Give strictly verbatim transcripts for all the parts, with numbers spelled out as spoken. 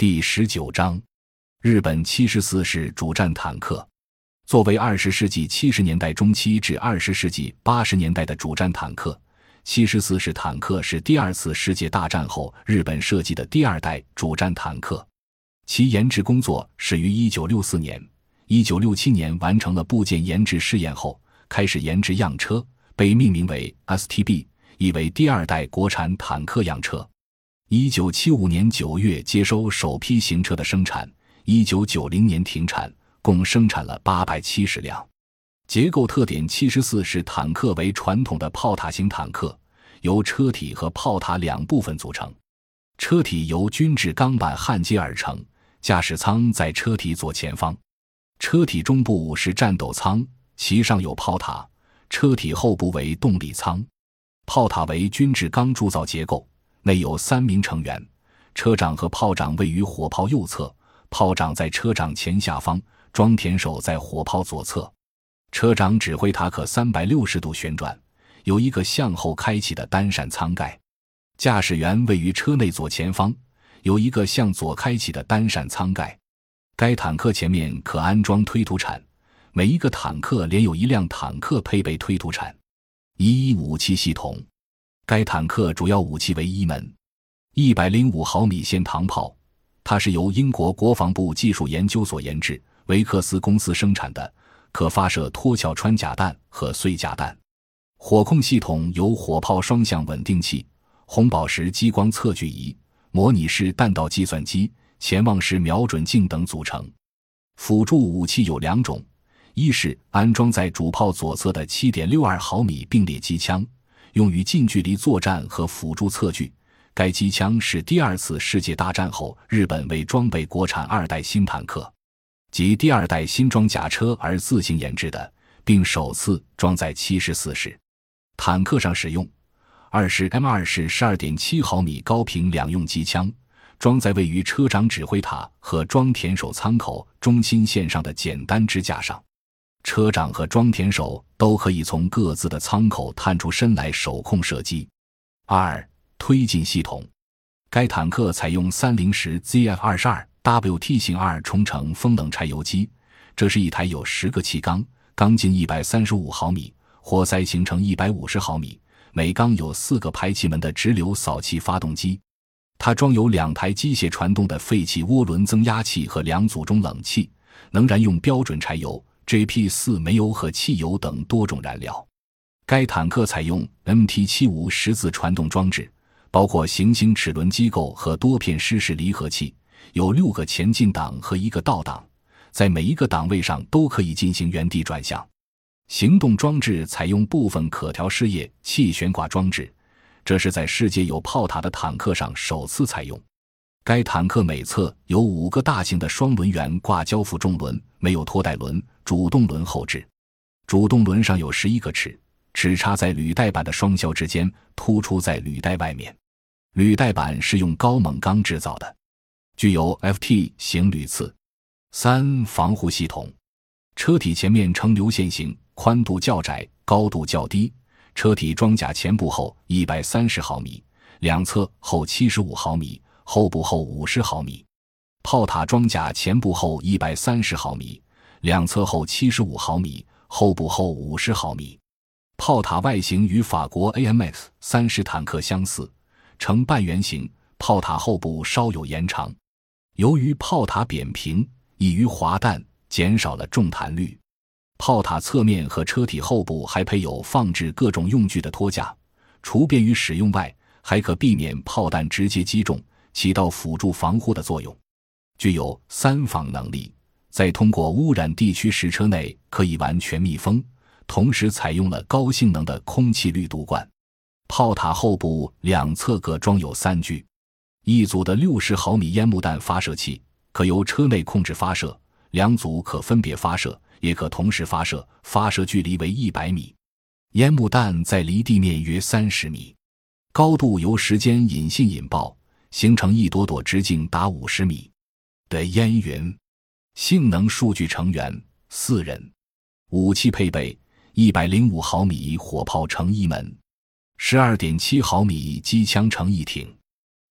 第十九章，日本七十四式主战坦克。作为二十世纪七十年代中期至二十世纪八十年代的主战坦克，七十四式坦克是第二次世界大战后日本设计的第二代主战坦克。其研制工作始于一九六四年，一九六七年完成了部件研制试验后，开始研制样车，被命名为 S T B， 意为第二代国产坦克样车。一九七五年九月接收首批型车的生产，一九九零年停产，共生产了八百七十辆。结构特点：七十四式坦克为传统的炮塔型坦克，由车体和炮塔两部分组成。车体由均质钢板焊接而成，驾驶舱在车体左前方。车体中部是战斗舱，其上有炮塔，车体后部为动力舱。炮塔为均质钢铸造结构，内有三名成员，车长和炮长位于火炮右侧，炮长在车长前下方，装填手在火炮左侧。车长指挥塔可三百六十度旋转，有一个向后开启的单扇舱盖。驾驶员位于车内左前方，有一个向左开启的单扇舱盖。该坦克前面可安装推土铲，每一个坦克连有一辆坦克配备推土铲。一武器系统，该坦克主要武器为一门一百零五毫米线膛炮，它是由英国国防部技术研究所研制，维克斯公司生产的，可发射脱壳穿甲弹和碎甲弹。火控系统由火炮双向稳定器、红宝石激光测距仪、模拟式弹道计算机、潜望式瞄准镜等组成。辅助武器有两种，一是安装在主炮左侧的 七点六二毫米并列机枪，用于近距离作战和辅助测距。该机枪是第二次世界大战后日本为装备国产二代新坦克及第二代新装甲车而自行研制的，并首次装在七十四式坦克上使用。二是 M 二 式 十二点七毫米高频两用机枪，装在位于车长指挥塔和装填手舱口中心线上的简单支架上。车长和装填手都可以从各自的舱口探出身来手控射击。二、推进系统，该坦克采用三零十 Z F 二十二 W T 型二冲程风冷柴油机，这是一台有十个气缸，缸径一百三十五毫米，活塞行程一百五十毫米，每缸有四个排气门的直流扫气发动机。它装有两台机械传动的废气涡轮增压器和两组中冷气，能燃用标准柴油、J P 四 煤油和汽油等多种燃料。该坦克采用 M T 七五 十字传动装置，包括行星齿轮机构和多片湿式离合器，有六个前进档和一个倒档，在每一个档位上都可以进行原地转向。行动装置采用部分可调式液气悬挂装置，这是在世界有炮塔的坦克上首次采用。该坦克每侧有五个大型的双轮圆挂交付重轮，没有拖带轮，主动轮后置。主动轮上有十一个齿，齿插在履带板的双销之间，突出在履带外面。履带板是用高锰钢制造的，具有 F T 型履刺。三、防护系统，车体前面呈流线型，宽度较窄，高度较低。车体装甲前部厚一百三十毫米，两侧厚七十五毫米，后部厚五十毫米。炮塔装甲前部厚一百三十毫米，两侧厚七十五毫米，后部厚五十毫米。炮塔外形与法国 A M X 三式坦克相似，呈半圆形，炮塔后部稍有延长。由于炮塔扁平，易于滑弹，减少了中弹率。炮塔侧面和车体后部还配有放置各种用具的托架，除便于使用外，还可避免炮弹直接击中，起到辅助防护的作用。具有三防能力，在通过污染地区时车内可以完全密封，同时采用了高性能的空气滤毒罐。炮塔后部两侧各装有三具一组的六十毫米烟幕弹发射器，可由车内控制发射，两组可分别发射，也可同时发射，发射距离为一百米。烟幕弹在离地面约三十米，高度由时间引信引爆，形成一朵朵直径达五十米的烟云。性能数据成员四人。武器配备一百零五毫米火炮乘一门， 十二点七毫米机枪乘一挺，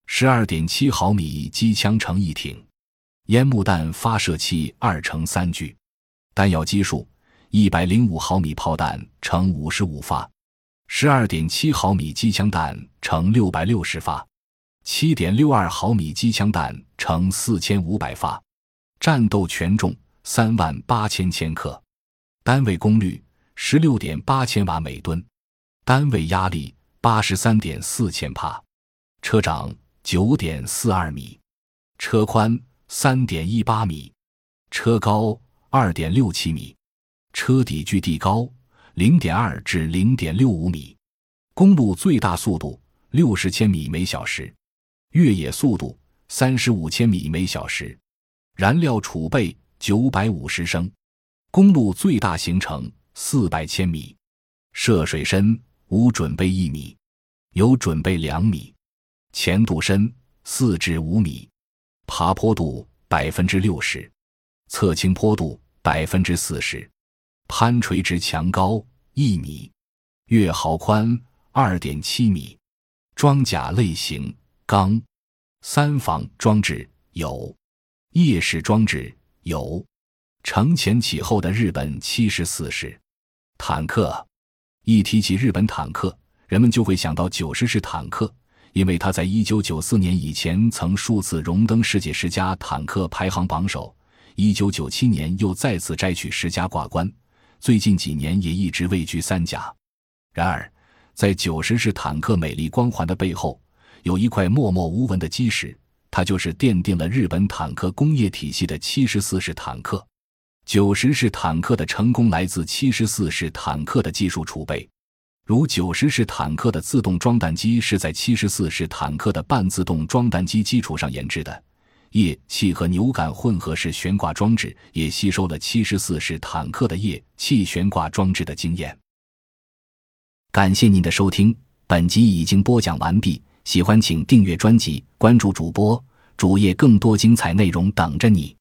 十二点七毫米机枪乘一挺，烟幕弹发射器二乘三具，弹药基数一百零五毫米炮弹乘五十五发，十二点七毫米机枪弹乘六百六十发，七点六二毫米机枪弹乘四千五百发，战斗权重三万八千千克，单位功率十六点八千瓦每吨，单位压力八十三点四千帕，车长九点四二米，车宽三点一八米，车高二点六七米，车底距地高 零点二 至 零点六五米，公路最大速度六十千米每小时，越野速度三十五千米每小时，燃料储备九百五十升，公路最大行程四百千米，涉水深无准备一米，有准备两米，前渡深四至五米，爬坡度百分之六十，侧倾坡度百分之四十，攀垂直墙高一米，月壕宽二点七米，装甲类型钢，三防装置有，夜视装置有，承前启后的日本七十四式坦克。一提起日本坦克，人们就会想到九十式坦克，因为它在一九九四年以前曾数次荣登世界十佳坦克排行榜首，一九九七年又再次摘取十佳挂冠，最近几年也一直位居三甲。然而在九十式坦克美丽光环的背后，有一块默默无闻的基石，它就是奠定了日本坦克工业体系的七十四式坦克。九十式坦克的成功来自七十四式坦克的技术储备，如九十式坦克的自动装弹机是在七十四式坦克的半自动装弹机基础上研制的，液气和扭杆混合式悬挂装置也吸收了七十四式坦克的液气悬挂装置的经验。感谢您的收听，本集已经播讲完毕，喜欢请订阅专辑，关注主播，主页更多精彩内容等着你。